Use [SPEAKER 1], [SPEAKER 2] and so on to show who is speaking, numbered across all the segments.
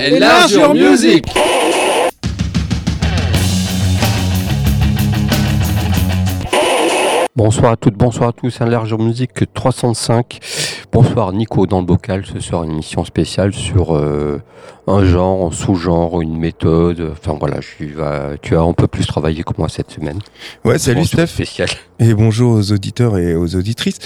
[SPEAKER 1] Enlarge Music.
[SPEAKER 2] Bonsoir à toutes, bonsoir à tous, Enlarge Music 305. Bonsoir Nico dans le bocal, ce soir une émission spéciale sur un genre, un sous-genre, une méthode. Enfin voilà, tu as un peu plus travaillé que moi cette semaine.
[SPEAKER 3] Ouais, salut Steph.
[SPEAKER 2] Spécial.
[SPEAKER 3] Et bonjour aux auditeurs et aux auditrices.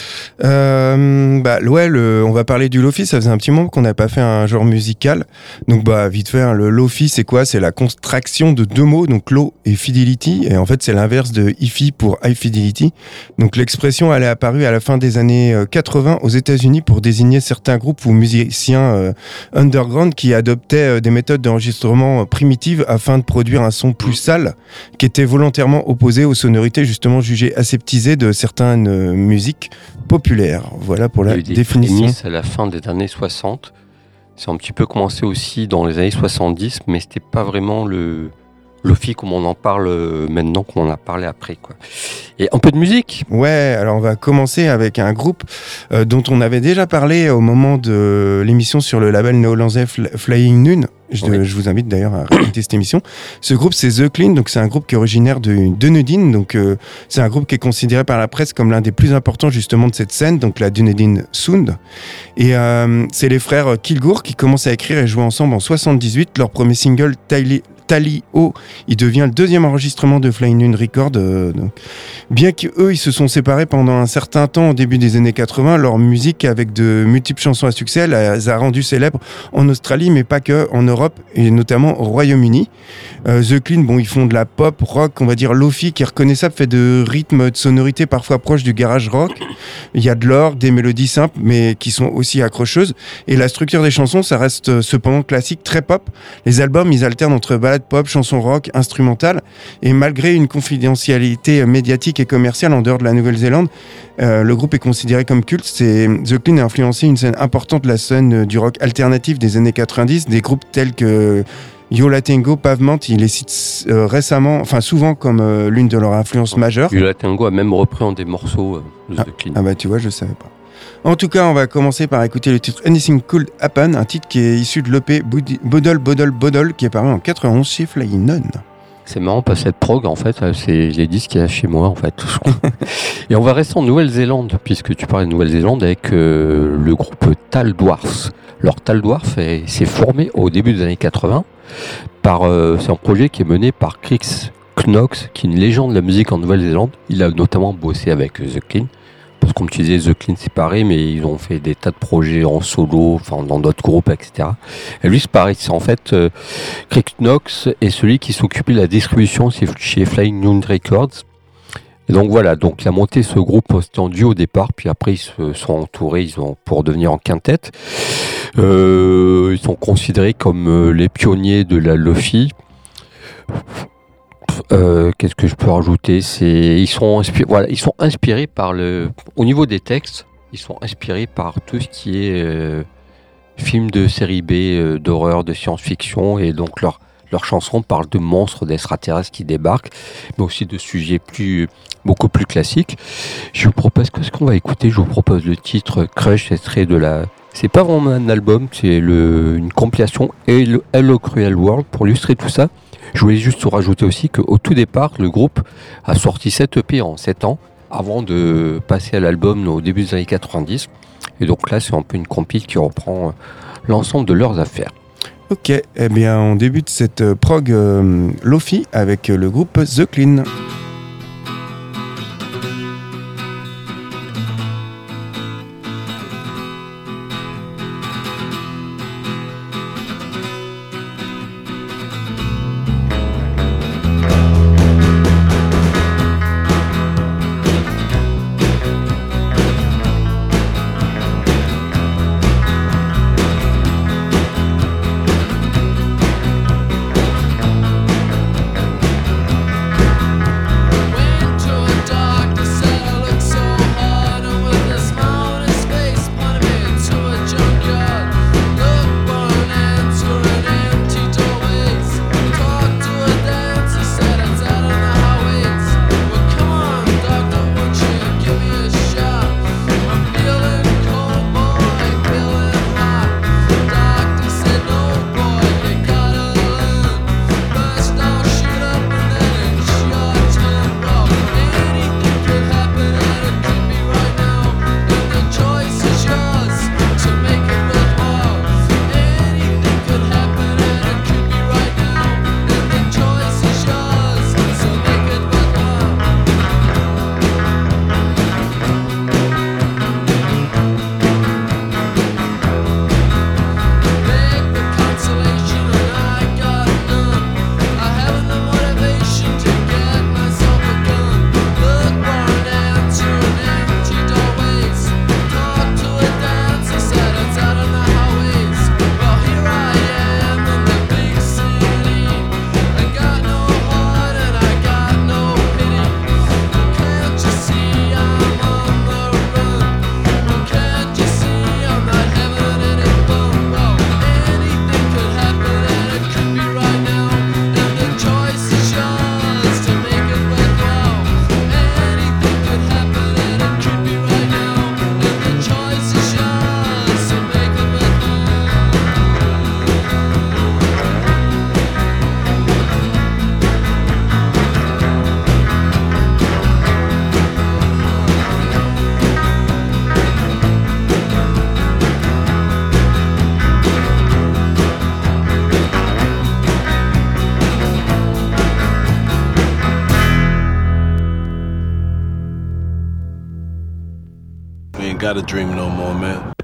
[SPEAKER 3] On va parler du Lo-Fi. Ça faisait un petit moment qu'on n'a pas fait un genre musical. Donc vite fait, le Lo-Fi c'est quoi ? C'est la contraction de deux mots, donc Low et Fidelity. Et en fait c'est l'inverse de Hi-Fi pour High Fidelity. Donc l'expression elle est apparue à la fin des années 80 aux États-Unis pour désigner certains groupes ou musiciens underground qui adoptaient des méthodes d'enregistrement primitives afin de produire un son plus sale, qui était volontairement opposé aux sonorités justement jugées aseptisées de certaines musiques populaires. Voilà pour la définition.
[SPEAKER 2] À la fin des années 60, c'est un petit peu commencé aussi dans les années 70, mais c'était pas vraiment le Lo-Fi comme on en parle maintenant, comme on en a parlé après, quoi. Et un peu de musique.
[SPEAKER 3] Ouais, alors on va commencer avec un groupe dont on avait déjà parlé au moment de l'émission sur le label néo-landais Flying Nun. Je vous invite d'ailleurs à réécouter cette émission. Ce groupe, c'est The Clean, donc c'est un groupe qui est originaire de Dunedin. Donc c'est un groupe qui est considéré par la presse comme l'un des plus importants justement de cette scène, donc la Dunedin Sound. Et c'est les frères Kilgour qui commencent à écrire et jouer ensemble en 78. Leur premier single, Tally-O, il devient le deuxième enregistrement de Flying Nun Records. Donc. Bien qu'eux, ils se sont séparés pendant un certain temps au début des années 80, leur musique, avec de multiples chansons à succès, les a rendus célèbres en Australie, mais pas que, en Europe et notamment au Royaume-Uni. The Clean, ils font de la pop, rock, on va dire Lo-Fi, qui est reconnaissable, fait de rythmes, de sonorités parfois proches du garage rock. Il y a de l'orgue, des mélodies simples, mais qui sont aussi accrocheuses. Et la structure des chansons, ça reste cependant classique, très pop. Les albums, ils alternent entre ballades pop, chansons rock, instrumentales. Et malgré une confidentialité médiatique et commerciale en dehors de la Nouvelle-Zélande, le groupe est considéré comme culte. The Clean a influencé une scène importante de la scène du rock alternatif des années 90. Des groupes tels que Yo La Tengo, Pavement, il les cite souvent comme l'une de leurs influences majeures.
[SPEAKER 2] Yo La Tengo a même repris en des morceaux de The Clean.
[SPEAKER 3] Tu vois, je savais pas. En tout cas, on va commencer par écouter le titre Anything Could Happen, un titre qui est issu de l'EP Bodol qui est paru en 91 chez Flying Nun.
[SPEAKER 2] C'est marrant parce que cette prog, en fait, c'est les disques qu'il y a chez moi, en fait. Et on va rester en Nouvelle-Zélande, puisque tu parlais de Nouvelle-Zélande, avec le groupe Tal Dwarfs. Alors, Tal Dwarfs s'est formé au début des années 80 c'est un projet qui est mené par Chris Knox, qui est une légende de la musique en Nouvelle-Zélande. Il a notamment bossé avec The Clean. Parce que comme tu disais, The Clean c'est pareil, mais ils ont fait des tas de projets en solo, dans d'autres groupes, etc. Et lui c'est pareil, c'est en fait Chris Knox est celui qui s'occupait de la distribution chez Flying Nun Records. Et donc voilà, donc il a monté ce groupe, c'était en duo au départ, puis après ils se sont entourés pour devenir en quintette. Ils sont considérés comme les pionniers de la Lo-Fi. Qu'est-ce que je peux rajouter ? Ils sont inspirés par au niveau des textes, ils sont inspirés par tout ce qui est film de série B, d'horreur, de science-fiction, et donc leurs chansons parlent de monstres, d'extraterrestres qui débarquent, mais aussi de sujets beaucoup plus classiques. Je vous propose, qu'est-ce qu'on va écouter ? Je vous propose le titre Crush, extrait de c'est pas vraiment un album, c'est une compilation Hello Cruel World pour illustrer tout ça. Je voulais juste rajouter aussi qu'au tout départ, le groupe a sorti 7 EP en 7 ans avant de passer à l'album au début des années 90. Et donc là, c'est un peu une compile qui reprend l'ensemble de leurs affaires.
[SPEAKER 3] Ok, on débute cette prog Lo-Fi avec le groupe The Clean.
[SPEAKER 1] ain't gotta dream no more, man.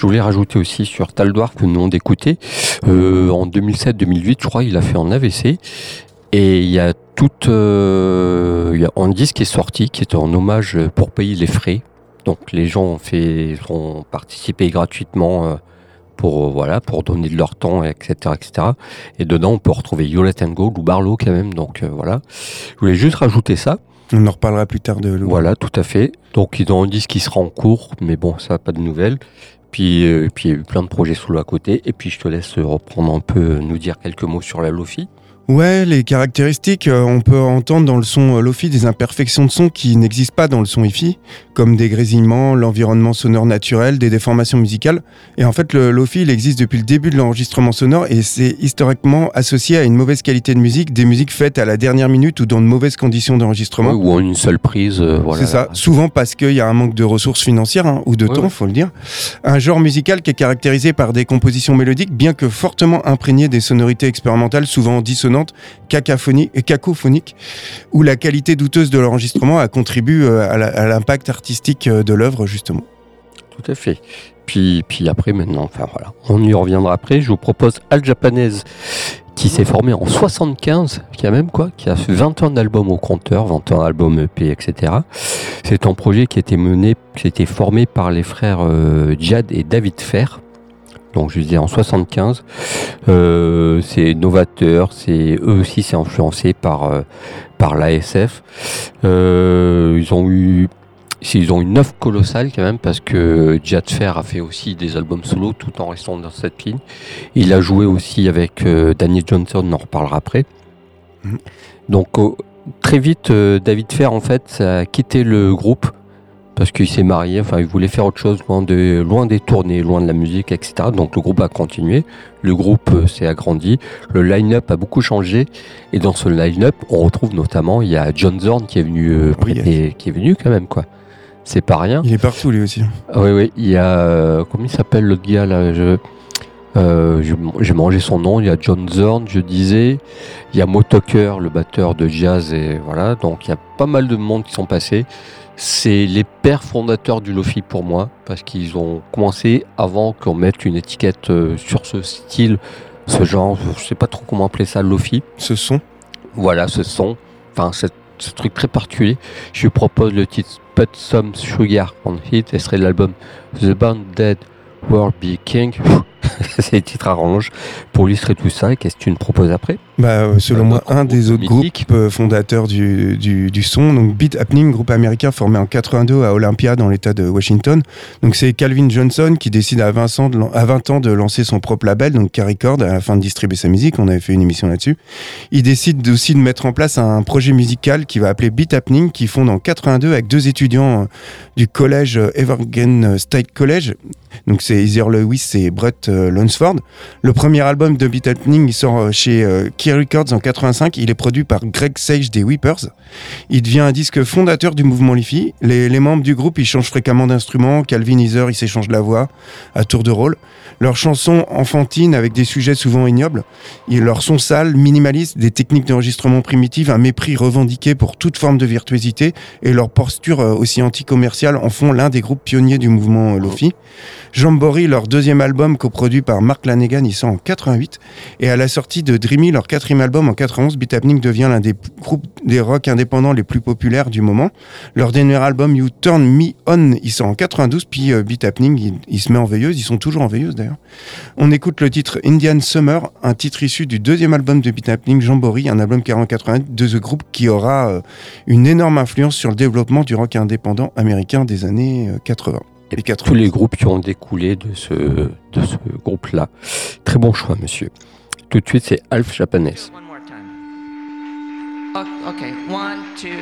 [SPEAKER 2] Je voulais rajouter aussi sur Tal Dwarf que nous on d'écouter. En 2007-2008, je crois, il a fait un AVC. Et il y a il y a un disque qui est sorti, qui est en hommage pour payer les frais. Donc les gens ont participé gratuitement pour donner de leur temps, etc., etc. Et dedans, on peut retrouver Hewlett & Gold ou Barlow quand même. Donc voilà. Je voulais juste rajouter ça.
[SPEAKER 3] On en reparlera plus tard de l'eau.
[SPEAKER 2] Voilà, tout à fait. Donc ils ont un disque qui sera en cours, mais bon, ça n'a pas de nouvelles. Puis il y a eu plein de projets solo à côté. Et puis je te laisse reprendre un peu, nous dire quelques mots sur la Lo-Fi.
[SPEAKER 3] Ouais, les caractéristiques, on peut entendre dans le son Lo-Fi des imperfections de son qui n'existent pas dans le son hi-fi, comme des grésillements, l'environnement sonore naturel, des déformations musicales. Et en fait, le Lo-Fi, il existe depuis le début de l'enregistrement sonore et c'est historiquement associé à une mauvaise qualité de musique, des musiques faites à la dernière minute ou dans de mauvaises conditions d'enregistrement.
[SPEAKER 2] Ouais, ou en une seule prise. Voilà.
[SPEAKER 3] C'est ça, souvent parce qu'il y a un manque de ressources financières ou de temps, faut le dire. Un genre musical qui est caractérisé par des compositions mélodiques, bien que fortement imprégnées des sonorités expérimentales, souvent dissonantes, cacophoniques, où la qualité douteuse de l'enregistrement a contribué à l'impact artistique de l'œuvre, justement.
[SPEAKER 2] Tout à fait. Puis après, maintenant, enfin voilà, on y reviendra après. Je vous propose Al Japanese, qui s'est formé en 75, qui a fait 21 albums au compteur, 21 albums EP, etc. C'est un projet qui a été formé par les frères Jad et David Fer. Donc je disais en 75, c'est novateur, eux aussi c'est influencé par l'ASF. Ils ont eu une œuvre colossale quand même parce que Jad Fer a fait aussi des albums solo tout en restant dans cette ligne. Il a joué aussi avec Danny Johnson, on en reparlera après. Donc très vite, David Fer en fait a quitté le groupe. Parce qu'il s'est marié, enfin il voulait faire autre chose, loin des tournées, loin de la musique, etc. Donc le groupe a continué, le groupe s'est agrandi, le line-up a beaucoup changé, et dans ce line-up, on retrouve notamment, il y a John Zorn qui est venu qui est venu quand même, quoi. C'est pas rien.
[SPEAKER 3] Il est partout lui aussi.
[SPEAKER 2] Oui, il y a, comment il s'appelle l'autre gars là, j'ai mangé son nom, il y a John Zorn, je disais, il y a Mo Tucker, le batteur de jazz, et voilà, donc il y a pas mal de monde qui sont passés. C'est les pères fondateurs du Lo-Fi pour moi, parce qu'ils ont commencé avant qu'on mette une étiquette sur ce style, ce genre, je sais pas trop comment appeler ça, Lo-Fi.
[SPEAKER 3] Ce son.
[SPEAKER 2] Voilà, ce son, enfin ce truc très particulier. Je lui propose le titre Put Some Sugar on It, et ce serait l'album The Band Dead World Be King. C'est les titres à rallonge pour illustrer tout ça. Et qu'est-ce que tu me proposes après?
[SPEAKER 3] Selon moi, un des autres groupes fondateurs du son, donc Beat Happening, groupe américain formé en 82 à Olympia dans l'état de Washington. Donc c'est Calvin Johnson qui décide à 20 ans de lancer son propre label, donc K-Record, afin de distribuer sa musique. On avait fait une émission là-dessus. Il décide aussi de mettre en place un projet musical qu'il va appeler Beat Happening, qui fonde en 82 avec deux étudiants du collège Evergreen State College. Donc c'est Heather Lewis et Brett Lunsford. Le premier album de Beat Happening, il sort chez K-Records en 85. Il est produit par Greg Sage des Whippers. Il devient un disque fondateur du mouvement Li-Fi. Les membres du groupe, ils changent fréquemment d'instrument. Calvin et Heather, ils s'échangent la voix à tour de rôle. Leurs chansons enfantines avec des sujets souvent ignobles. Leur son sale, minimaliste, des techniques d'enregistrement primitives, un mépris revendiqué pour toute forme de virtuosité et leur posture aussi anti-commerciale en font l'un des groupes pionniers du mouvement Lo-Fi. Jamboree, leur deuxième album coproduit par Mark Lanegan, il sort en 88. Et à la sortie de Dreamy, leur quatrième album en 91, Beat Happening devient l'un des groupes des rock indépendants les plus populaires du moment. Leur dernier album, You Turn Me On, il sort en 92. Puis Beat Happening, il se met en veilleuse. Ils sont toujours en veilleuse d'ailleurs. On écoute le titre Indian Summer, un titre issu du deuxième album de Beat Happening, Jamboree, un album qui est en 88 de ce groupe qui aura une énorme influence sur le développement du rock indépendant américain des années 80.
[SPEAKER 2] Et tous les groupes qui ont découlé de ce groupe-là. Très bon choix, monsieur. Tout de suite, c'est Alf Japanese.
[SPEAKER 4] Okay, 1, 2, 3, 4.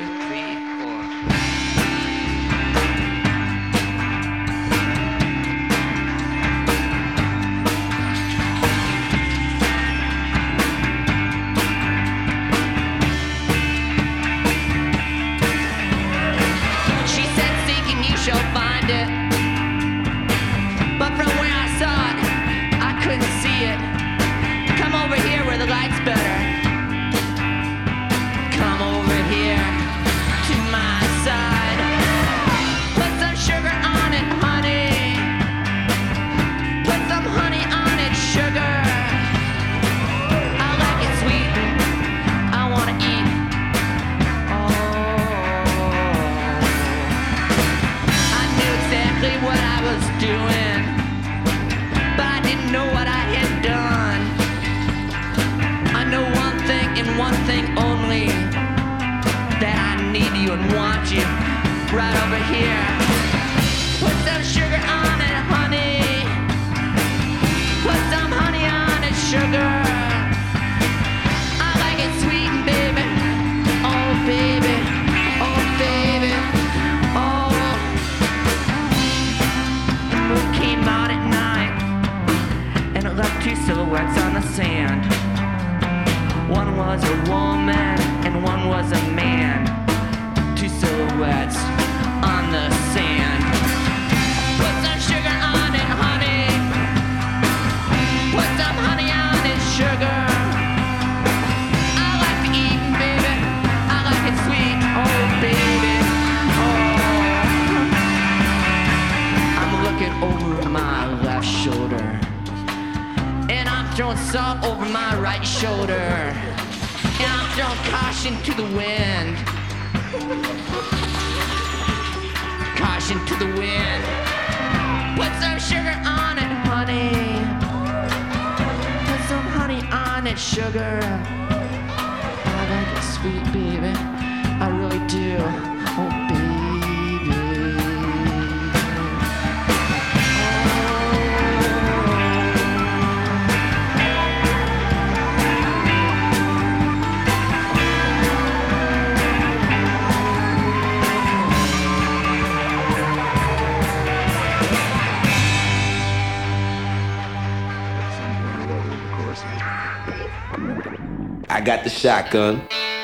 [SPEAKER 4] She said, seeking you shall find it. But from where I saw it, I couldn't see it. Come over here where the light's better. Come over here. silhouettes on the sand. One was a woman and one was a man. Two silhouettes on the sand. Put some sugar on it, honey. Put some honey on it, sugar. I like to eat, baby. I like it sweet, oh baby. Oh. I'm looking over my left shoulder, and I'm throwing salt over my right shoulder, and I'm throwing caution to the wind. Caution to the wind. Put some sugar on it, honey. Put some honey on it, sugar. I like it sweet, baby. I really do. Oh, baby.
[SPEAKER 1] I got the shotgun.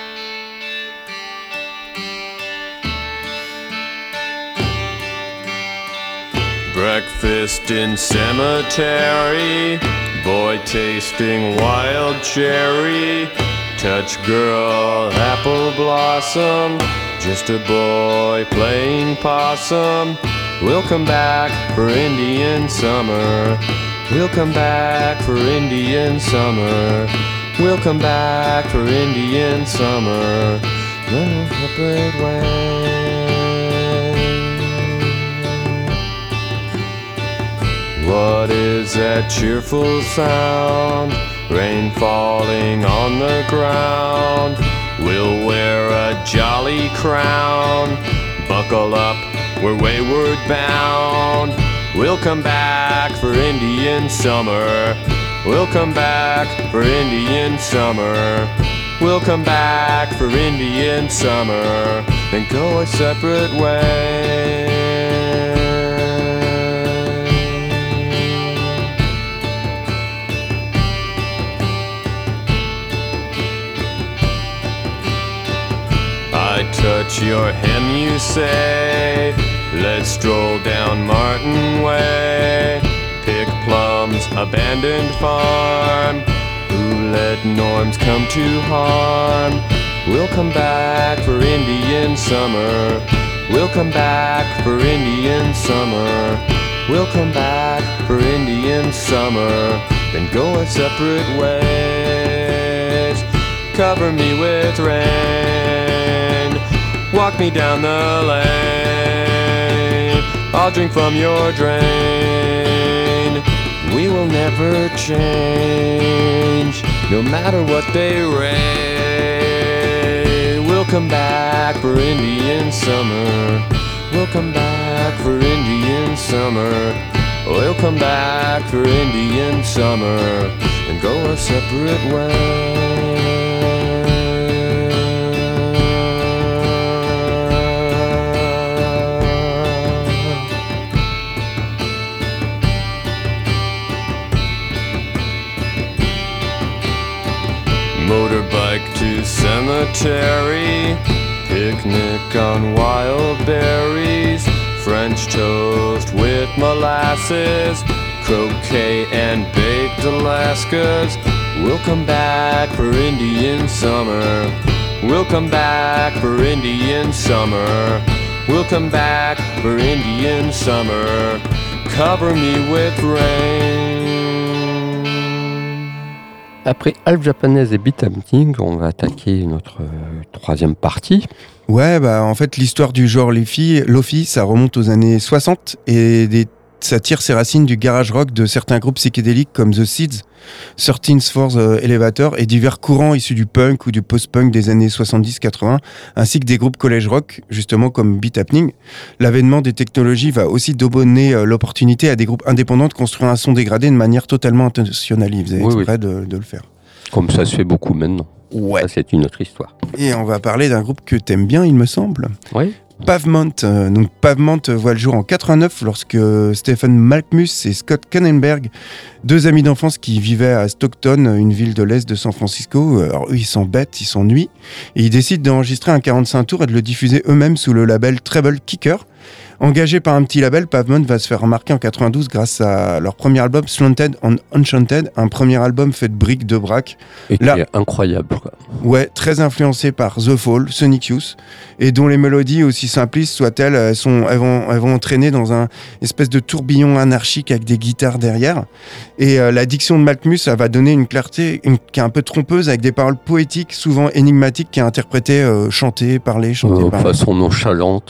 [SPEAKER 5] Breakfast in cemetery, boy tasting wild cherry, touch girl apple blossom, just a boy playing possum. We'll come back for Indian summer. We'll come back for Indian summer. We'll come back for Indian summer. The separate way. What is that cheerful sound? Rain falling on the ground. We'll wear a jolly crown. Buckle up, we're wayward bound. We'll come back for Indian summer. We'll come back for Indian summer. We'll come back for Indian summer. Then go our separate ways. I touch your hem, you say. Let's stroll down Martin Way. Pick plums, abandoned farm. Who let norms come to harm? We'll come back for Indian summer. We'll come back for Indian summer. We'll come back for Indian summer. Then go our separate ways. Cover me with rain. Walk me down the lane. I'll drink from your drain. We will never change, no matter what they rain. We'll come back for Indian summer. We'll come back for Indian summer. We'll come back for Indian summer and go our separate ways. Motorbike to cemetery, picnic on wild berries, French toast with molasses, croquet and baked Alaskas. We'll come back for Indian summer. We'll come back for Indian summer. We'll come back for Indian summer. Cover me with rain.
[SPEAKER 2] Après Half Japanese et Beat Happening, on va attaquer notre troisième partie.
[SPEAKER 3] Ouais, bah en fait, l'histoire du genre Lofi, ça remonte aux années 60 et ça tire ses racines du garage rock de certains groupes psychédéliques comme The Seeds, 13th Floor Elevator et divers courants issus du punk ou du post-punk des années 70-80, ainsi que des groupes college rock, justement comme Beat Happening. L'avènement des technologies va aussi donner l'opportunité à des groupes indépendants de construire un son dégradé de manière totalement intentionnelle. Ils faisaient exprès de le faire.
[SPEAKER 2] Comme ça se fait beaucoup maintenant.
[SPEAKER 3] Ouais.
[SPEAKER 2] Ça, c'est une autre histoire.
[SPEAKER 3] Et on va parler d'un groupe que t'aimes bien, il me semble.
[SPEAKER 2] Oui.
[SPEAKER 3] Pavement. Donc Pavement voit le jour en 89 lorsque Stephen Malkmus et Scott Kannenberg, deux amis d'enfance qui vivaient à Stockton, une ville de l'est de San Francisco, alors eux ils s'embêtent, ils s'ennuient, et ils décident d'enregistrer un 45 tours et de le diffuser eux-mêmes sous le label Treble Kicker. Engagé par un petit label, Pavement va se faire remarquer en 92 grâce à leur premier album Slanted and Enchanted, un premier album fait de briques de braques.
[SPEAKER 2] Et qui est incroyable, quoi.
[SPEAKER 3] Ouais, très influencé par The Fall, Sonic Youth, et dont les mélodies, aussi simplistes soient-elles, elles vont entraîner dans un espèce de tourbillon anarchique avec des guitares derrière. Et la diction de Malkmus, ça va donner une clarté qui est un peu trompeuse, avec des paroles poétiques, souvent énigmatiques, qui est interprétée, chantée, parlée,
[SPEAKER 2] De façon nonchalante.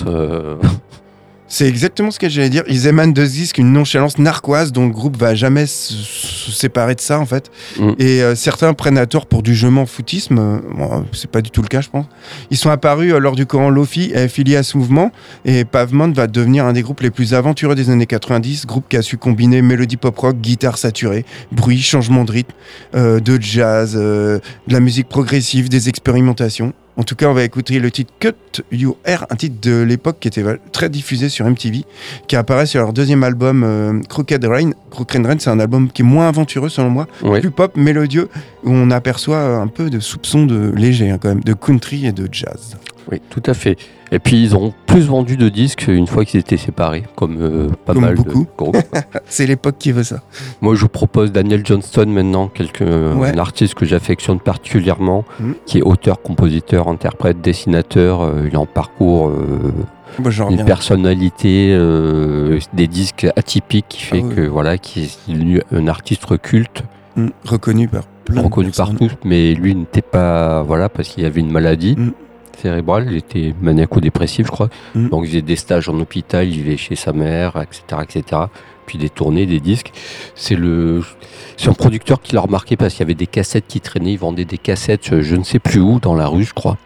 [SPEAKER 3] C'est exactement ce que j'allais dire. Ils émanent de ce disque une nonchalance narquoise dont le groupe va jamais se séparer de ça, en fait. Et certains prennent à tort pour du jeuement foutisme. Bon, c'est pas du tout le cas, je pense. Ils sont apparus lors du courant Lofi et affiliés à ce mouvement. Et Pavement va devenir un des groupes les plus aventureux des années 90. Groupe qui a su combiner mélodie pop-rock, guitare saturée, bruit, changement de rythme, de jazz, de la musique progressive, des expérimentations. En tout cas, on va écouter le titre Cut Your Hair, un titre de l'époque qui était très diffusé sur MTV, qui apparaît sur leur deuxième album Crooked Rain. Crooked Rain, c'est un album qui est moins aventureux selon moi, plus pop, mélodieux, où on aperçoit un peu de soupçons de léger, quand même, de country et de jazz.
[SPEAKER 2] Oui, tout à fait. Et puis ils ont plus vendu de disques une fois qu'ils étaient séparés, comme mal
[SPEAKER 3] beaucoup.
[SPEAKER 2] De groupes.
[SPEAKER 3] C'est l'époque qui veut ça.
[SPEAKER 2] Moi, je vous propose Daniel Johnston maintenant, un artiste que j'affectionne particulièrement, qui est auteur, compositeur, interprète, dessinateur. Il a un parcours, une personnalité, des disques atypiques qui fait qui est devenu un artiste culte.
[SPEAKER 3] Reconnu par plein de personnes.
[SPEAKER 2] Par tous, mais lui n'était pas, parce qu'il avait une maladie. Cérébrale, il était maniaco-dépressif, je crois. Donc il faisait des stages en hôpital, il vivait chez sa mère, etc. Puis des tournées, des disques. C'est un producteur qui l'a remarqué parce qu'il y avait des cassettes qui traînaient, il vendait des cassettes, je ne sais plus où, dans la rue, je crois.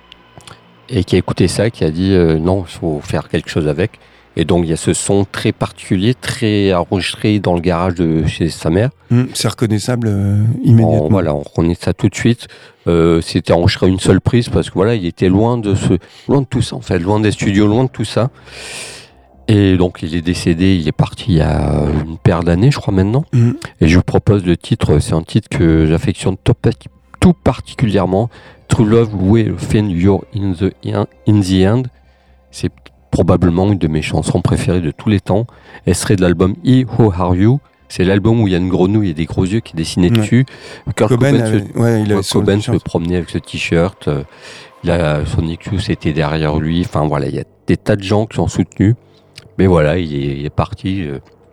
[SPEAKER 2] Et qui a écouté ça, qui a dit non, il faut faire quelque chose avec. Et donc il y a ce son très particulier, très enregistré dans le garage de chez sa mère.
[SPEAKER 3] C'est reconnaissable immédiatement.
[SPEAKER 2] On reconnaît ça tout de suite. C'était enregistré une seule prise parce que il était loin de tout ça, en fait, loin des studios, loin de tout ça. Et donc il est décédé, il est parti il y a une paire d'années, je crois maintenant. Et je vous propose le titre, c'est un titre que j'affectionne tout particulièrement. True Love Will Find You in the End. C'est probablement une de mes chansons préférées de tous les temps. Elle serait de l'album Who Are You. C'est l'album où il y a une grenouille et des gros yeux qui dessinaient dessus. Kurt Cobain se promenait avec ce t-shirt. Sonic Youth était derrière lui. Enfin voilà, il y a des tas de gens qui l'ont soutenu. Mais voilà, il est parti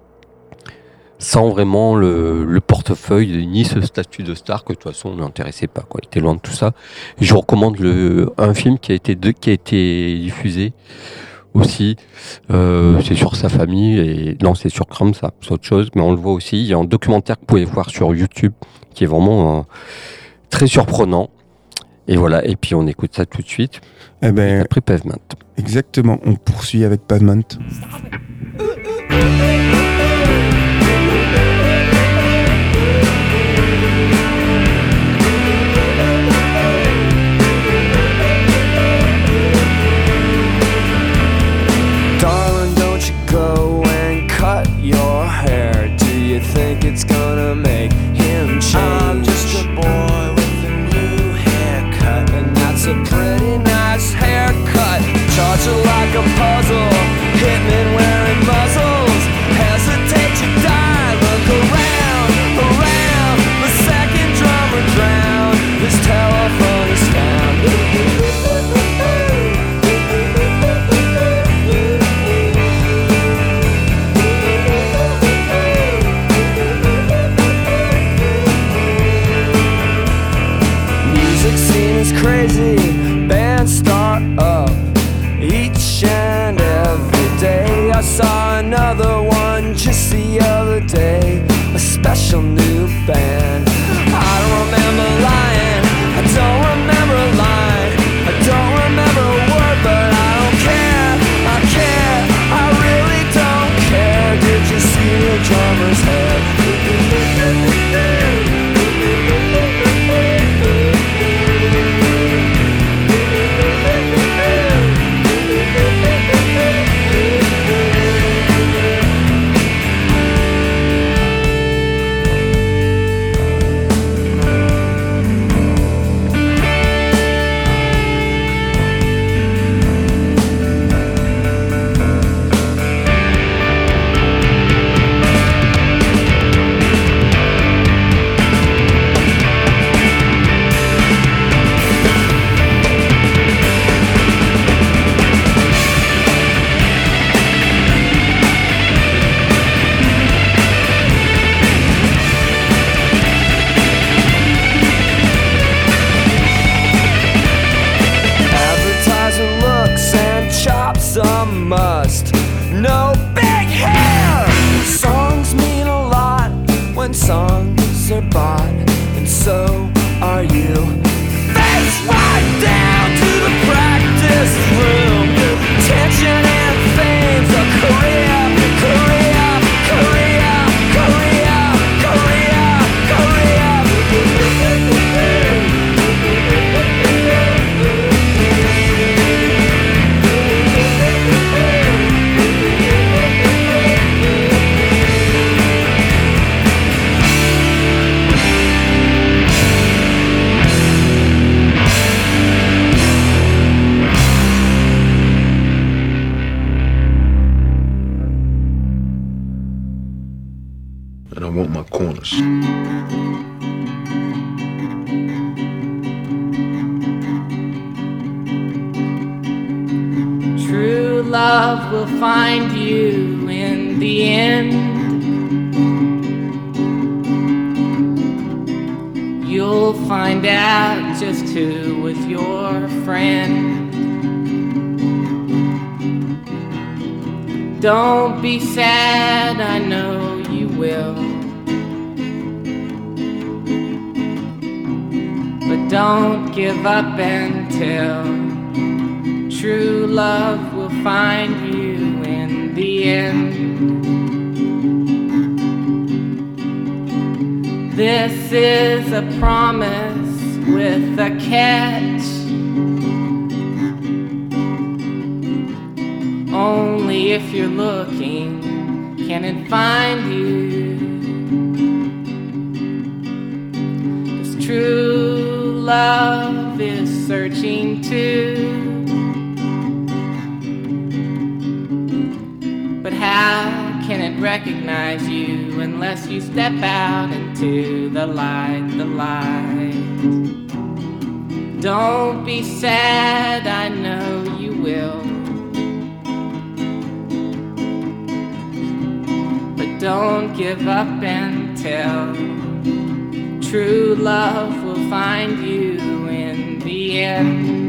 [SPEAKER 2] sans vraiment le portefeuille ni ce statut de star que de toute façon ne l'intéressait pas, quoi. Il était loin de tout ça. Et je vous recommande un film qui a été diffusé aussi, c'est sur sa famille et non, c'est sur Crumb, ça, c'est autre chose, mais on le voit aussi. Il y a un documentaire que vous pouvez voir sur YouTube qui est vraiment très surprenant. Et voilà, et puis on écoute ça tout de suite. Après Pavement.
[SPEAKER 3] Exactement, on poursuit avec Pavement.
[SPEAKER 6] Go and cut your hair. Do you think it's gonna make him change? I'm just a boy with a new haircut, and that's a pretty nice haircut. Charge it like a puzzle, hitmen wearing muzzles. Hesitate to die, look around, the second drummer drowned. His telephone is found. when songs are bought, and so are you. Face right down to the practice room. Tension and fame's a career, career, career, career, career, career.
[SPEAKER 1] And I want my corners.
[SPEAKER 4] True love will find you in the end. You'll find out just who was your friend. Don't be sad, I know you will. But don't give up until true love will find you in the end. This is a promise with a catch. Only if you're looking can it find you. 'Cause true love is searching too. But how can it recognize you unless you step out into the light, the light? Don't be sad, I know you will. But don't give up until true love will find you in the end.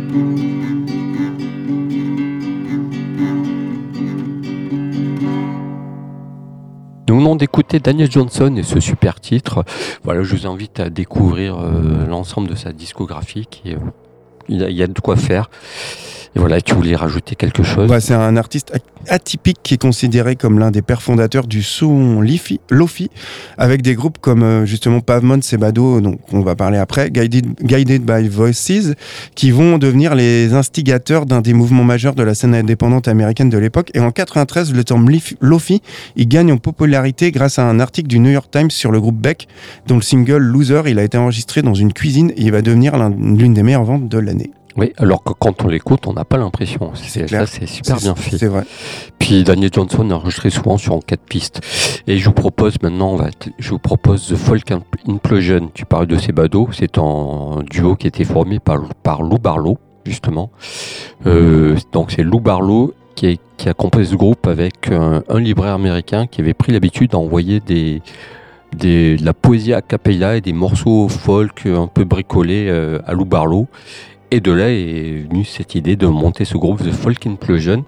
[SPEAKER 2] Nous venons d'écouter Daniel Johnston et ce super titre. Voilà, je vous invite à découvrir l'ensemble de sa discographie. Il y a de quoi faire. Et voilà, tu voulais rajouter quelque chose?
[SPEAKER 3] C'est un artiste atypique qui est considéré comme l'un des pères fondateurs du son Lofi, avec des groupes comme justement Pavement, Sebado, dont on va parler après, Guided by Voices, qui vont devenir les instigateurs d'un des mouvements majeurs de la scène indépendante américaine de l'époque. Et en 93, le terme Lofi, il gagne en popularité grâce à un article du New York Times sur le groupe Beck, dont le single Loser, il a été enregistré dans une cuisine et il va devenir l'une des meilleures ventes de l'année.
[SPEAKER 2] Oui, alors que quand on l'écoute, on n'a pas l'impression. C'est super bien fait.
[SPEAKER 3] C'est vrai.
[SPEAKER 2] Puis Daniel Johnston a enregistré souvent sur 4 pistes. Et je vous propose maintenant, The Folk Implosion. Tu parles de Sebado, c'est un duo qui a été formé par Lou Barlow, justement. Donc c'est Lou Barlow qui a composé ce groupe avec un libraire américain qui avait pris l'habitude d'envoyer de la poésie a cappella et des morceaux folk un peu bricolés à Lou Barlow. Et de là est venue cette idée de monter ce groupe The Folk Implosion.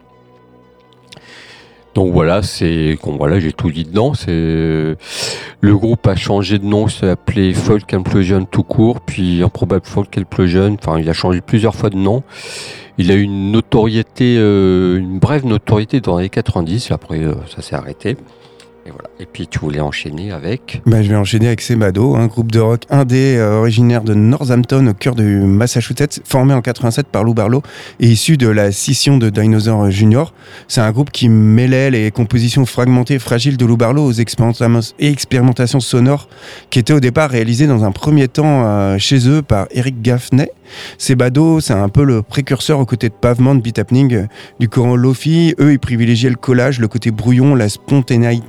[SPEAKER 2] Donc voilà, j'ai tout dit dedans. Le groupe a changé de nom, il s'appelait Folk Implosion tout court, puis Improbable Folk Implosion. Enfin, il a changé plusieurs fois de nom. Il a eu une brève notoriété dans les années 90. Après, ça s'est arrêté. Et voilà. Et puis tu voulais enchaîner avec...
[SPEAKER 3] Je vais enchaîner avec Sebado, un groupe de rock indé originaire de Northampton au cœur du Massachusetts, formé en 87 par Lou Barlow et issu de la scission de Dinosaur Jr. C'est un groupe qui mêlait les compositions fragmentées et fragiles de Lou Barlow aux expérimentations sonores qui étaient au départ réalisées dans un premier temps chez eux par Eric Gaffney. Sebado, c'est un peu le précurseur aux côtés de Pavement, Beat Happening, du courant Lofi. Eux, ils privilégiaient le collage, le côté brouillon, la spontanéité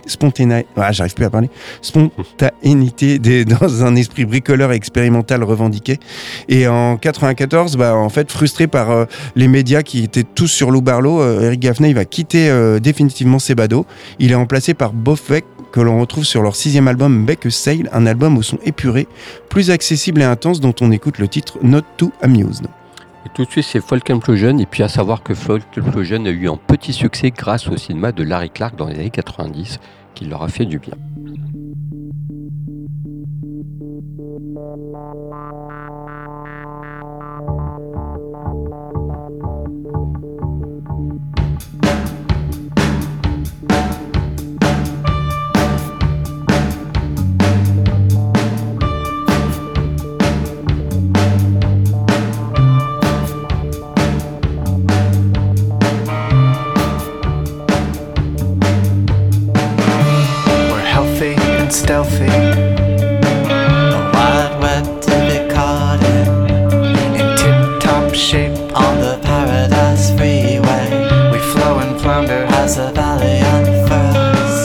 [SPEAKER 3] dans un esprit bricoleur et expérimental revendiqué. Et en 94, en fait, frustré par les médias qui étaient tous sur Lou Barlow, Eric Gaffney, il va quitter définitivement Sebado. Il est remplacé par Bob Beck, que l'on retrouve sur leur 6e album Beck Sail, un album au son épuré, plus accessible et intense, dont on écoute le titre Not Too Amused.
[SPEAKER 2] Et tout de suite, c'est Folk Implosion, et puis à savoir que Folk Implosion a eu un petit succès grâce au cinéma de Larry Clark dans les années 90, qui leur a fait du bien.
[SPEAKER 7] Stealthy, a wild web to be caught in tip-top shape on the Paradise Freeway. We flow and flounder as the valley unfurls.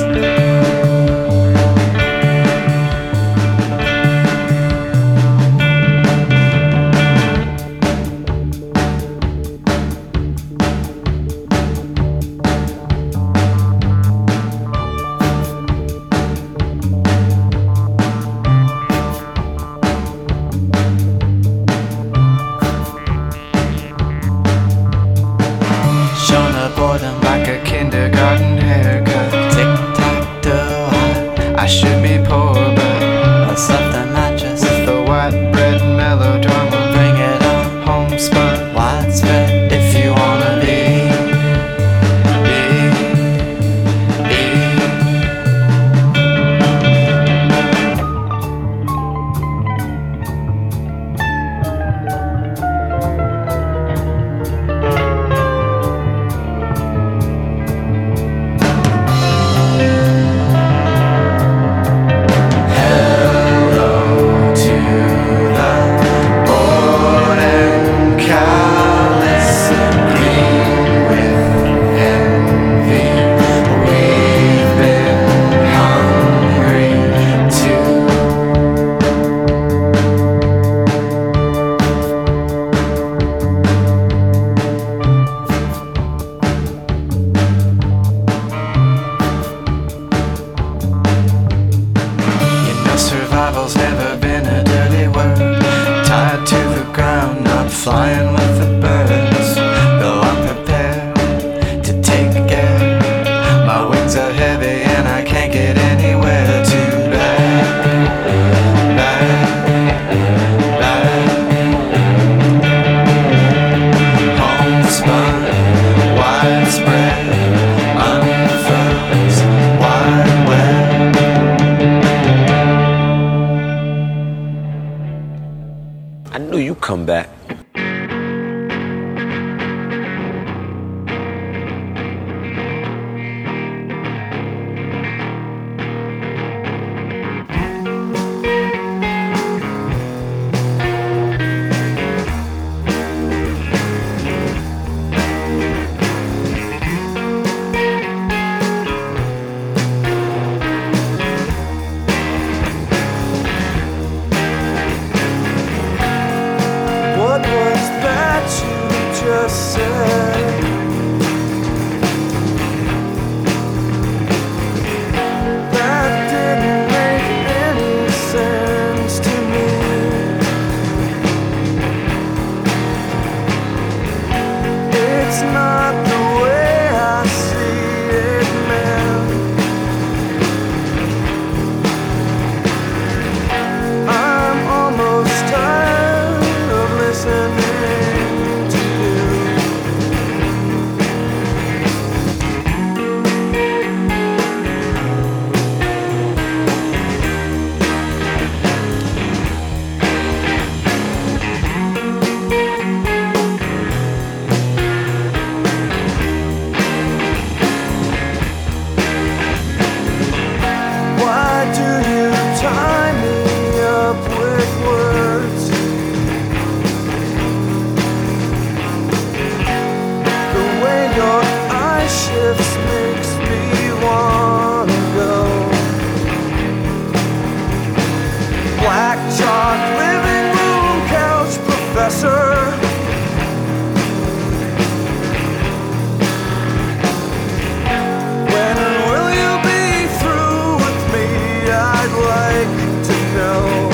[SPEAKER 7] Boredom like a kindergarten haircut. Tic-tac-toe, I should be poor, but I slept the mattress. The white bread melodrama, bring it on. Homespun, widespread, if you wanna be. Survival's never been a dirty word. Tied to the ground, not flying with the birds. Though I'm prepared to take air. My wings are heavy and I can't get anywhere. Too bad, bad, bad. Homespun, widespread, unfurls, wide web.
[SPEAKER 8] I knew you'd come back.
[SPEAKER 6] What was that you just said? That didn't make any sense to me. It's not the way I see it, man. I'm almost tired of listening to you. Why do you tie me up with words? The way your eye shifts makes me wanna go. Black chalk living room couch professor. When will you be through with me? I'd like to know.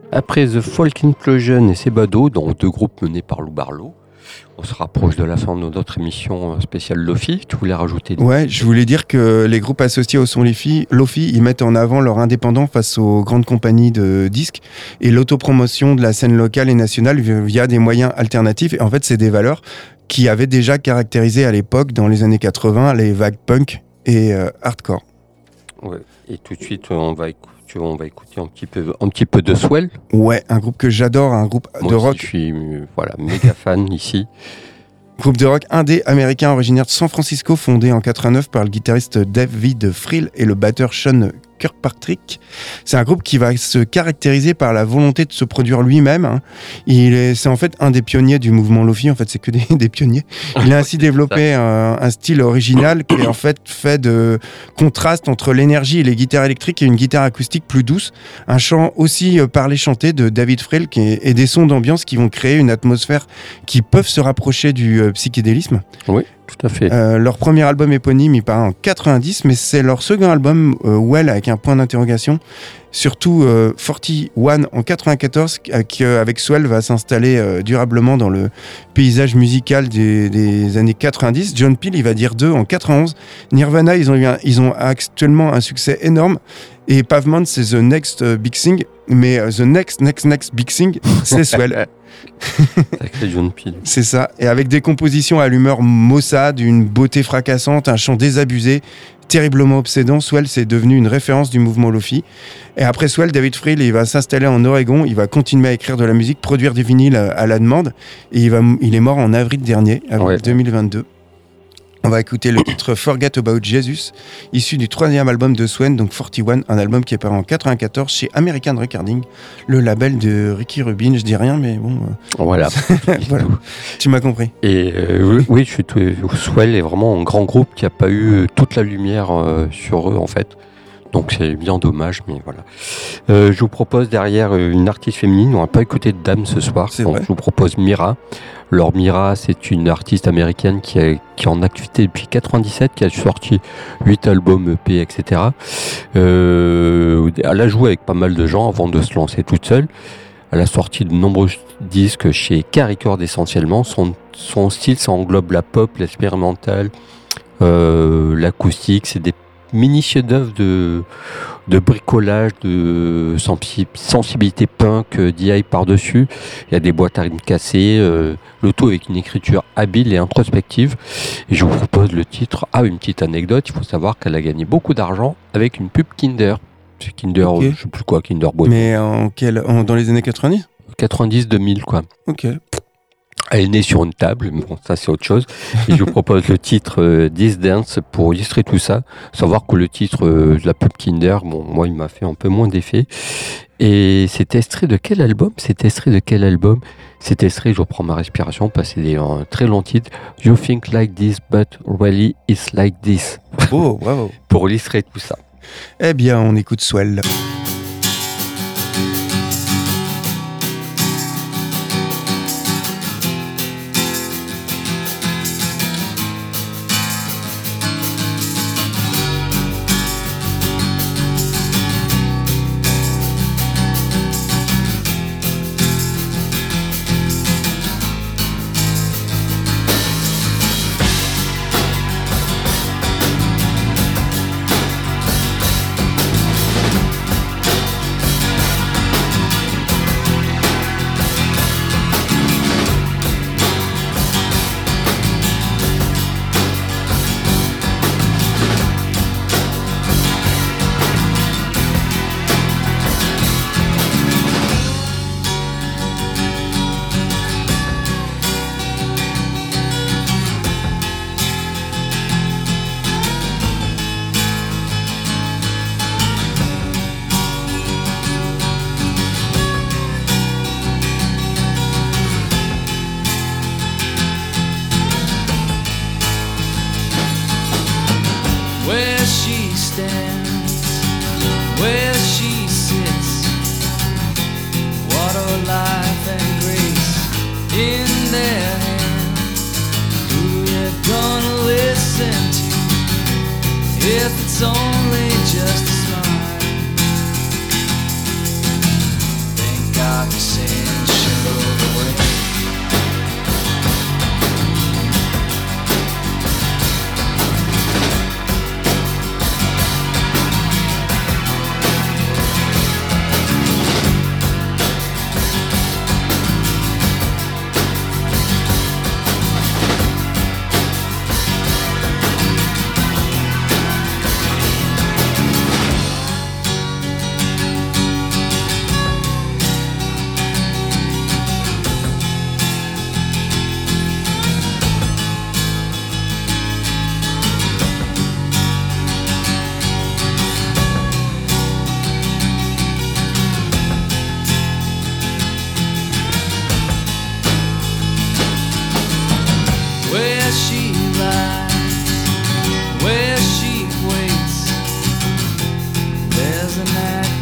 [SPEAKER 2] Après The Folk Implosion et Sebado, donc 2 groupes menés par Lou Barlow, on se rapproche de la fin de notre émission spéciale Lofi. Tu voulais rajouter
[SPEAKER 3] Ouais, je voulais dire que les groupes associés au son Lofi, ils mettent en avant leur indépendance face aux grandes compagnies de disques et l'autopromotion de la scène locale et nationale via des moyens alternatifs. Et en fait, c'est des valeurs qui avaient déjà caractérisé à l'époque, dans les années 80, les vagues punk et hardcore.
[SPEAKER 2] Ouais. Et tout de suite, on va écouter un petit peu de Swell.
[SPEAKER 3] Ouais, un groupe que j'adore, un groupe
[SPEAKER 2] Moi
[SPEAKER 3] de
[SPEAKER 2] aussi,
[SPEAKER 3] rock.
[SPEAKER 2] Je suis méga fan ici.
[SPEAKER 3] Groupe de rock indé américain originaire de San Francisco, fondé en 89 par le guitariste David Friel et le batteur Sean Kirkpatrick. C'est un groupe qui va se caractériser par la volonté de se produire lui-même. Hein. C'est en fait un des pionniers du mouvement Lofi. En fait, c'est que des pionniers. Il a ainsi développé un style original qui est en fait de contraste entre l'énergie et les guitares électriques et une guitare acoustique plus douce. Un chant aussi parlé-chanté de David Friel et des sons d'ambiance qui vont créer une atmosphère qui peuvent se rapprocher du psychédélisme.
[SPEAKER 2] Oui, tout à fait.
[SPEAKER 3] Leur premier album éponyme, il paraît en 90, mais c'est leur second album, Well, avec un point d'interrogation. Surtout 41 en 94, qui avec Swell va s'installer durablement dans le paysage musical des années 90. John Peel, il va dire 2 en 91. Nirvana, ils ont actuellement un succès énorme. Et Pavement, c'est The Next Big Thing. Mais The Next Big Thing, c'est Swell.
[SPEAKER 2] Sacré John Peel.
[SPEAKER 3] C'est ça. Et avec des compositions à l'humeur maussade, une beauté fracassante, un chant désabusé, terriblement obsédant, Swell c'est devenu une référence du mouvement Lofi. Et après Swell, David Friel, il va s'installer en Oregon, il va continuer à écrire de la musique, produire des vinyles à la demande. Et il est mort en avril dernier, avril 2022. On va écouter le titre Forget About Jesus, issu du 3e album de Swen, donc 41, un album qui est paru en 94 chez American Recording, le label de Ricky Rubin. Je dis rien, mais bon.
[SPEAKER 2] Voilà.
[SPEAKER 3] Voilà. Tu m'as compris.
[SPEAKER 2] Et oui, Swell est vraiment un grand groupe qui n'a pas eu toute la lumière sur eux en fait. Donc c'est bien dommage, mais voilà. Je vous propose derrière une artiste féminine. On va pas écouter de dame ce soir. Donc je vous propose Mira. Alors Mira, c'est une artiste américaine qui est en activité depuis 97, qui a sorti 8 albums EP, etc. Elle a joué avec pas mal de gens avant de se lancer toute seule. Elle a sorti de nombreux disques chez K-Records essentiellement. Son style, ça englobe la pop, l'expérimental, l'acoustique. C'est des mini chefs-d'œuvre de bricolage, de sensibilité punk, DI par-dessus. Il y a des boîtes à rythme cassées, le tout avec une écriture habile et introspective. Et je vous propose le titre. Ah, une petite anecdote, il faut savoir qu'elle a gagné beaucoup d'argent avec une pub Kinder. C'est Kinder,
[SPEAKER 3] okay.
[SPEAKER 2] Je sais plus quoi, Kinder Bueno.
[SPEAKER 3] Mais dans les années 90 ?
[SPEAKER 2] 90-2000, quoi.
[SPEAKER 3] Ok.
[SPEAKER 2] Elle est née sur une table, mais bon, ça c'est autre chose. Et je vous propose le titre This Dance pour illustrer tout ça. Savoir que le titre de la pub Kinder, bon, moi il m'a fait un peu moins d'effet. Et c'est extrait de quel album ? C'est extrait, je reprends ma respiration, parce que c'est un très long titre. You think like this, but really it's like this.
[SPEAKER 3] Oh, bravo.
[SPEAKER 2] Pour illustrer tout ça.
[SPEAKER 3] Eh bien, on écoute Swell.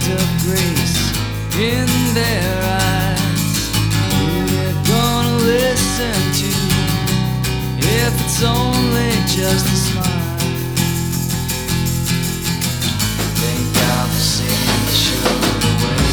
[SPEAKER 6] hint of grace in their eyes. Who they're gonna listen to if it's only just a smile? Thank God for seeing the show away.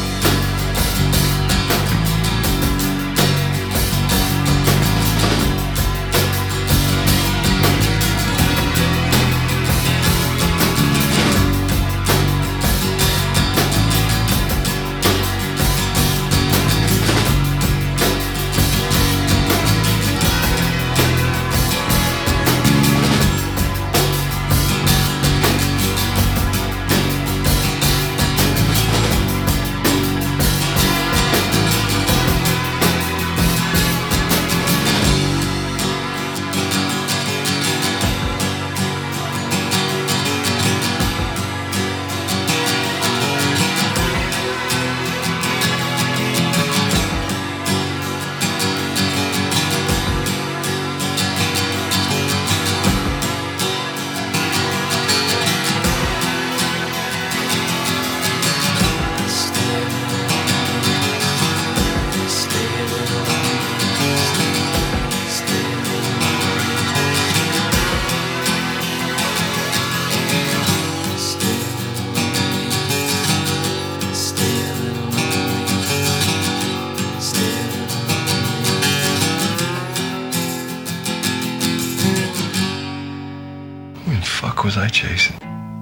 [SPEAKER 1] Who the fuck was I chasing?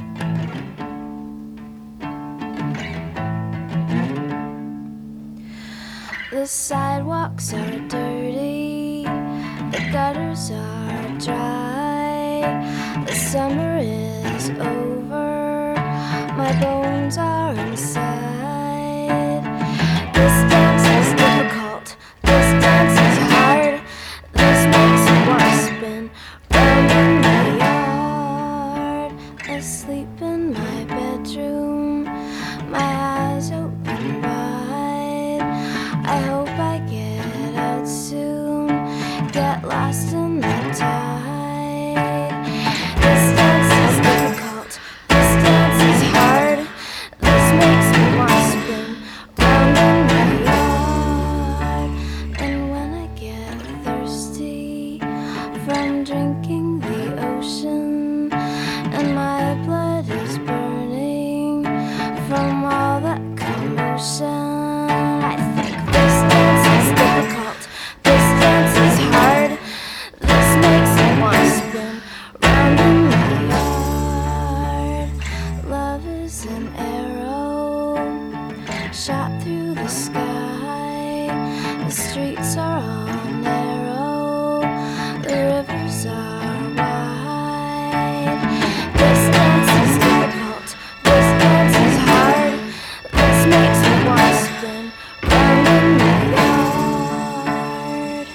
[SPEAKER 9] The sidewalks are dirty, the gutters are dry. The summer is over, my bones are inside. This dance is difficult, this dance is hard. This makes me wanna spin round in my yard. Asleep in my bedroom, my eyes open wide. I hope I get out soon, get lost in the tide. This dance is difficult, this dance is hard. This makes me wanna spin round in my yard. And when I get thirsty from drinking the ocean, and my blood is burning from all that commotion, I think this dance is difficult, this dance is hard. This makes me wanna spin round in my yard. Love is an arrow shot through the sky. The streets are all narrow, the rivers are wide. This dance is difficult, this dance is hard. This makes me wanna spin round in my yard.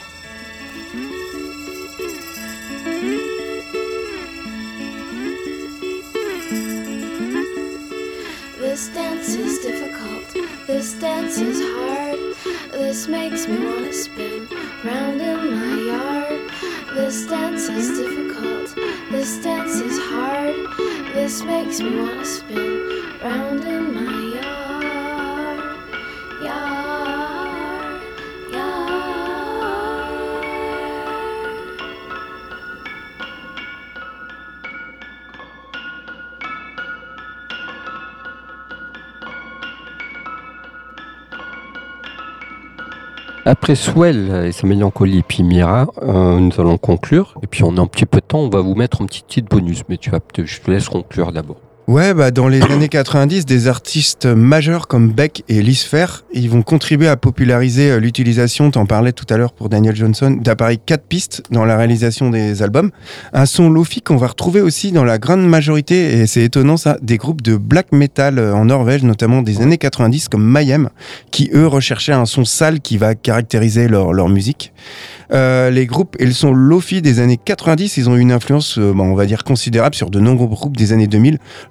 [SPEAKER 9] This dance is difficult, this dance is hard. This makes me wanna spin round in my yard. This dance is difficult, this dance is hard. This makes me wanna spin round in my yard. Yard, yard.
[SPEAKER 2] Après Swell et sa mélancolie, puis Mira, nous allons conclure. Et puis on a un petit peu de temps, on va vous mettre un petit titre bonus, mais je te laisse conclure d'abord.
[SPEAKER 3] Ouais, bah dans les années 90, des artistes majeurs comme Beck et Liz Phair, ils vont contribuer à populariser l'utilisation, t'en parlais tout à l'heure pour Daniel Johnson, d'appareils 4 pistes dans la réalisation des albums. Un son lo-fi qu'on va retrouver aussi dans la grande majorité, et c'est étonnant ça, des groupes de black metal en Norvège, notamment des années 90 comme Mayhem, qui eux recherchaient un son sale qui va caractériser leur musique. Les groupes et le son lo-fi des années 90, ils ont eu une influence, on va dire, considérable sur de nombreux groupes des années 2000. Alors,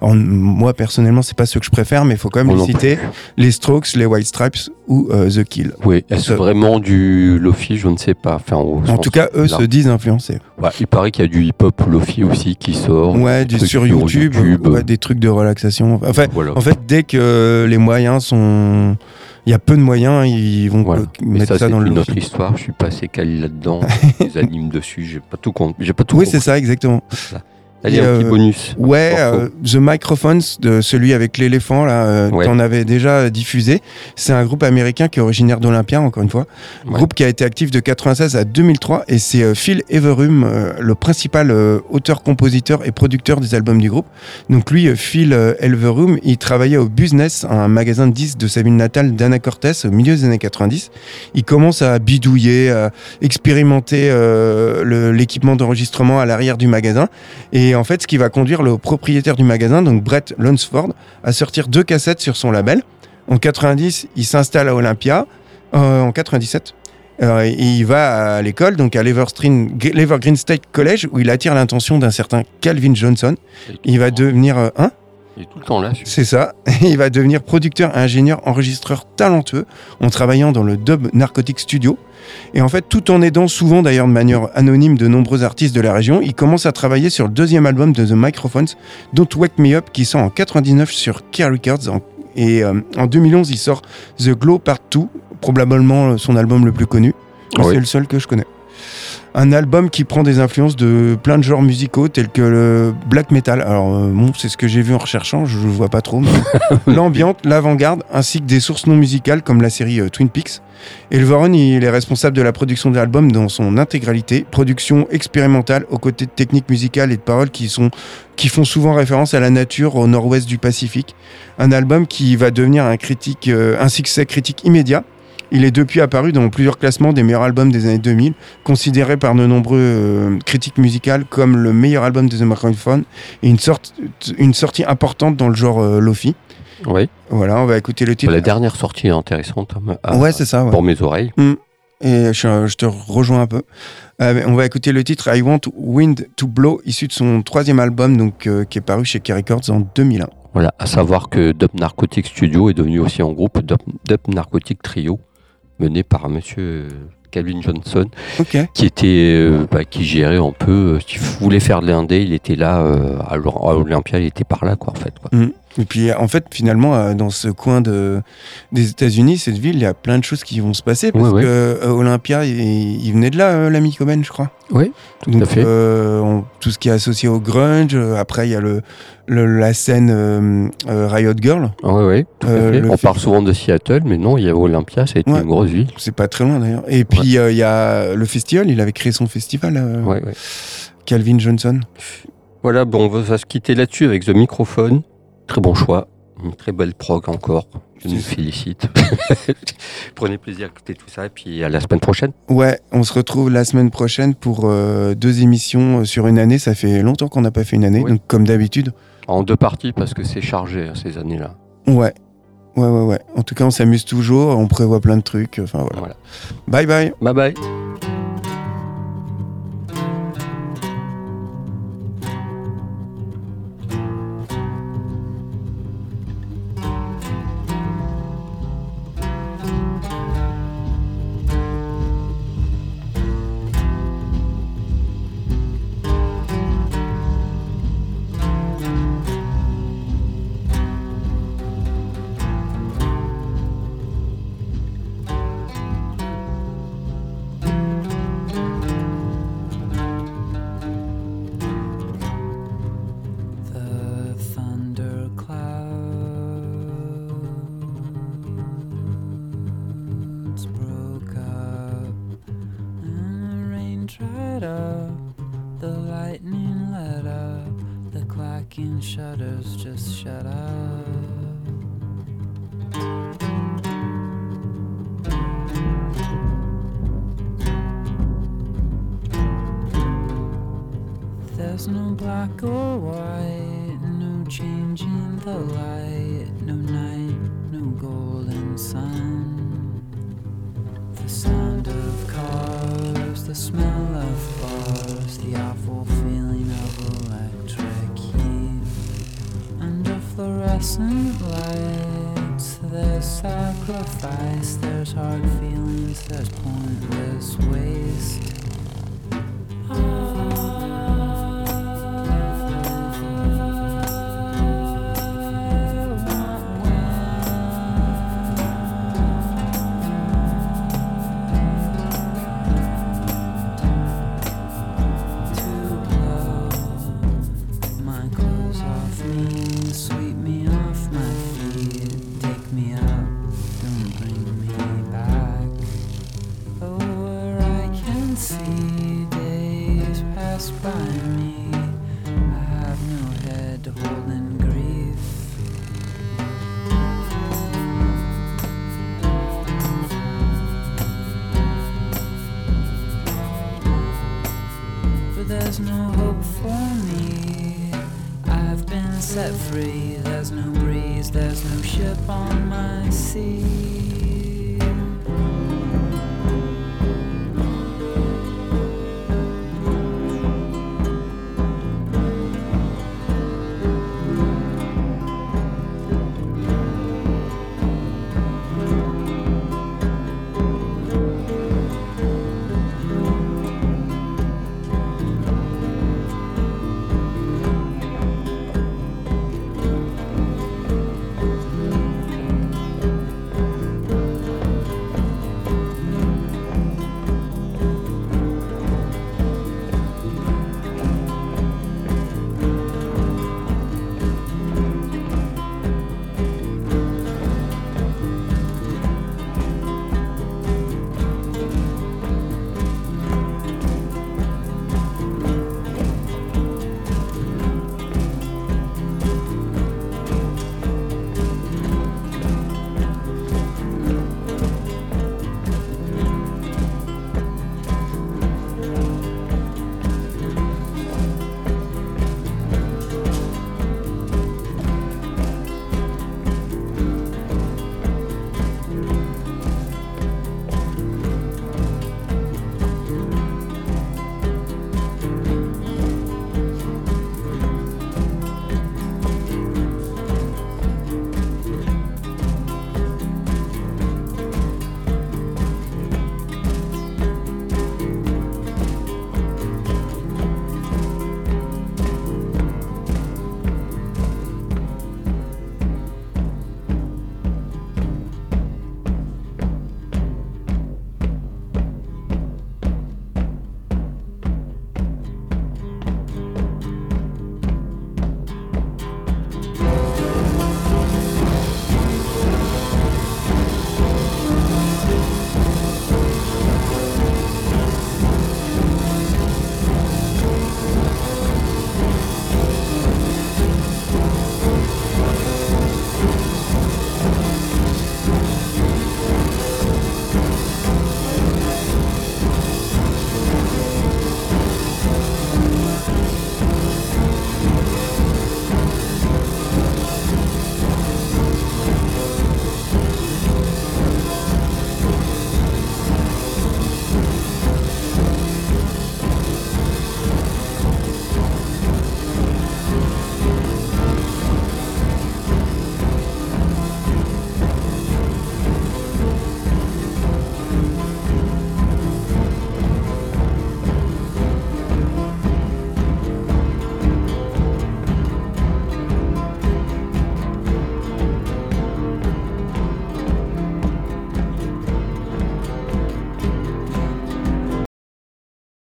[SPEAKER 3] Alors, moi personnellement, c'est pas ceux que je préfère, mais il faut quand même
[SPEAKER 2] Moi
[SPEAKER 3] les
[SPEAKER 2] non
[SPEAKER 3] citer. Les Strokes, les White Stripes ou The Kill.
[SPEAKER 2] Oui, est-ce
[SPEAKER 3] Ça-
[SPEAKER 2] vraiment du lofi? Je ne sais pas. Enfin,
[SPEAKER 3] En tout cas, eux se disent influencés.
[SPEAKER 2] Ouais, il paraît qu'il y a du hip-hop lofi aussi qui sort.
[SPEAKER 3] Ouais,
[SPEAKER 2] des trucs
[SPEAKER 3] sur YouTube, ouais, des trucs de relaxation. Enfin,
[SPEAKER 2] Voilà.
[SPEAKER 3] en fait, dès que les moyens sont... Il y a peu de moyens, ils vont
[SPEAKER 2] Voilà. Mais
[SPEAKER 3] mettre
[SPEAKER 2] ça,
[SPEAKER 3] ça
[SPEAKER 2] c'est
[SPEAKER 3] dans le
[SPEAKER 2] une
[SPEAKER 3] lofi.
[SPEAKER 2] autre histoire. Je suis pas assez calé là-dedans. Les animes dessus, j'ai pas tout compris.
[SPEAKER 3] Oui,
[SPEAKER 2] compris.
[SPEAKER 3] c'est ça, exactement.
[SPEAKER 2] Allez,
[SPEAKER 3] Et,
[SPEAKER 2] un petit bonus.
[SPEAKER 3] Ouais,
[SPEAKER 2] Morceau.
[SPEAKER 3] The Microphones, de celui avec l'éléphant, là,
[SPEAKER 2] Ouais.
[SPEAKER 3] t'en avais déjà diffusé. C'est un groupe américain qui est originaire d'Olympia, encore une fois.
[SPEAKER 2] Ouais.
[SPEAKER 3] Groupe qui a été actif de 96 à 2003, et c'est Phil Everum, le principal auteur, compositeur et producteur des albums du groupe. Donc lui, Phil Everum, il travaillait au Business, un magasin de disques de sa ville natale d'Anacortes, au milieu des années 90. Il commence à bidouiller, à expérimenter l'équipement d'enregistrement à l'arrière du magasin. Et en fait, ce qui va conduire le propriétaire du magasin, donc Brett Lunsford, à sortir 2 cassettes sur son label. En 90, il s'installe à Olympia. En 97, et il va à l'école, donc à l'Evergreen State College, où il attire l'attention d'un certain Calvin Johnson. Il va devenir
[SPEAKER 2] Il est tout le temps là.
[SPEAKER 3] c'est ça. Il va devenir producteur, ingénieur, enregistreur talentueux en travaillant dans le Dub Narcotic Studio. Et en fait, tout en aidant souvent d'ailleurs de manière anonyme de nombreux artistes de la région, il commence à travailler sur le 2e album de The Microphones, Don't Wake Me Up, qui sort en 99 sur K Records. En 2011, il sort The Glow Part 2, probablement son album le plus connu.
[SPEAKER 2] Oui.
[SPEAKER 3] C'est le seul que je connais. Un album qui prend des influences de plein de genres musicaux tels que le black metal. Alors bon, c'est ce que j'ai vu en recherchant, je ne vois pas trop. Mais l'ambiance, l'avant-garde, ainsi que des sources non musicales comme la série Twin Peaks. Elveron, il est responsable de la production de l'album dans son intégralité, production expérimentale aux côtés de techniques musicales et de paroles qui font souvent référence à la nature au nord-ouest du Pacifique. Un album qui va devenir un succès critique immédiat. Il est depuis apparu dans plusieurs classements des meilleurs albums des années 2000, considéré par de nombreux critiques musicales comme le meilleur album de The Microphone et une sortie importante dans le genre Lofi.
[SPEAKER 2] Oui.
[SPEAKER 3] Voilà, on va écouter le titre.
[SPEAKER 2] La dernière sortie est intéressante.
[SPEAKER 3] Ouais, c'est ça. Ouais.
[SPEAKER 2] Pour mes oreilles.
[SPEAKER 3] Et je te rejoins un peu. On va écouter le titre I Want Wind to Blow, issu de son 3e album, donc, qui est paru chez K Records en 2001.
[SPEAKER 2] Voilà, à savoir que Dub Narcotic Studio est devenu aussi un groupe Dub Narcotic Trio, mené par monsieur Calvin Johnson, qui gérait un peu, s'il voulait faire de l'indé, il était là, à Olympia, il était par là, quoi, en fait. Quoi.
[SPEAKER 3] Et puis, en fait, finalement, dans ce coin des États-Unis, cette ville, il y a plein de choses qui vont se passer, parce que Olympia, il venait de là, l'ami Coben, je crois.
[SPEAKER 2] Oui, tout
[SPEAKER 3] donc,
[SPEAKER 2] à fait.
[SPEAKER 3] Tout ce qui est associé au grunge, après, il y a la scène Riot Girl.
[SPEAKER 2] Oui, tout à fait. On parle souvent de Seattle, mais non, il y a Olympia, ça a été une grosse ville.
[SPEAKER 3] C'est pas très loin, d'ailleurs. Et puis, il y a le festival, il avait créé son festival, Calvin Johnson.
[SPEAKER 2] Voilà, bon, on va se quitter là-dessus avec The Microphone. Très bon choix, une très belle prog encore. Je nous félicite. Prenez plaisir à écouter tout ça et puis à la semaine prochaine.
[SPEAKER 3] Ouais, on se retrouve la semaine prochaine pour 2 émissions sur une année. Ça fait longtemps qu'on n'a pas fait une année, donc comme d'habitude.
[SPEAKER 2] En 2 parties parce que c'est chargé ces années-là.
[SPEAKER 3] Ouais. En tout cas, on s'amuse toujours, on prévoit plein de trucs. Enfin voilà. Bye bye.
[SPEAKER 2] Bye bye.
[SPEAKER 6] Shutters just shut up. There's no black or white, no change in the light, no night, no golden sun. The sound of cars, the smell of bars, the awful feeling of electric heat. And
[SPEAKER 10] fluorescent lights. There's sacrifice, there's hard feelings, there's pointless waste. There's no hope for me. I've been set free. There's no breeze, there's no ship on my sea.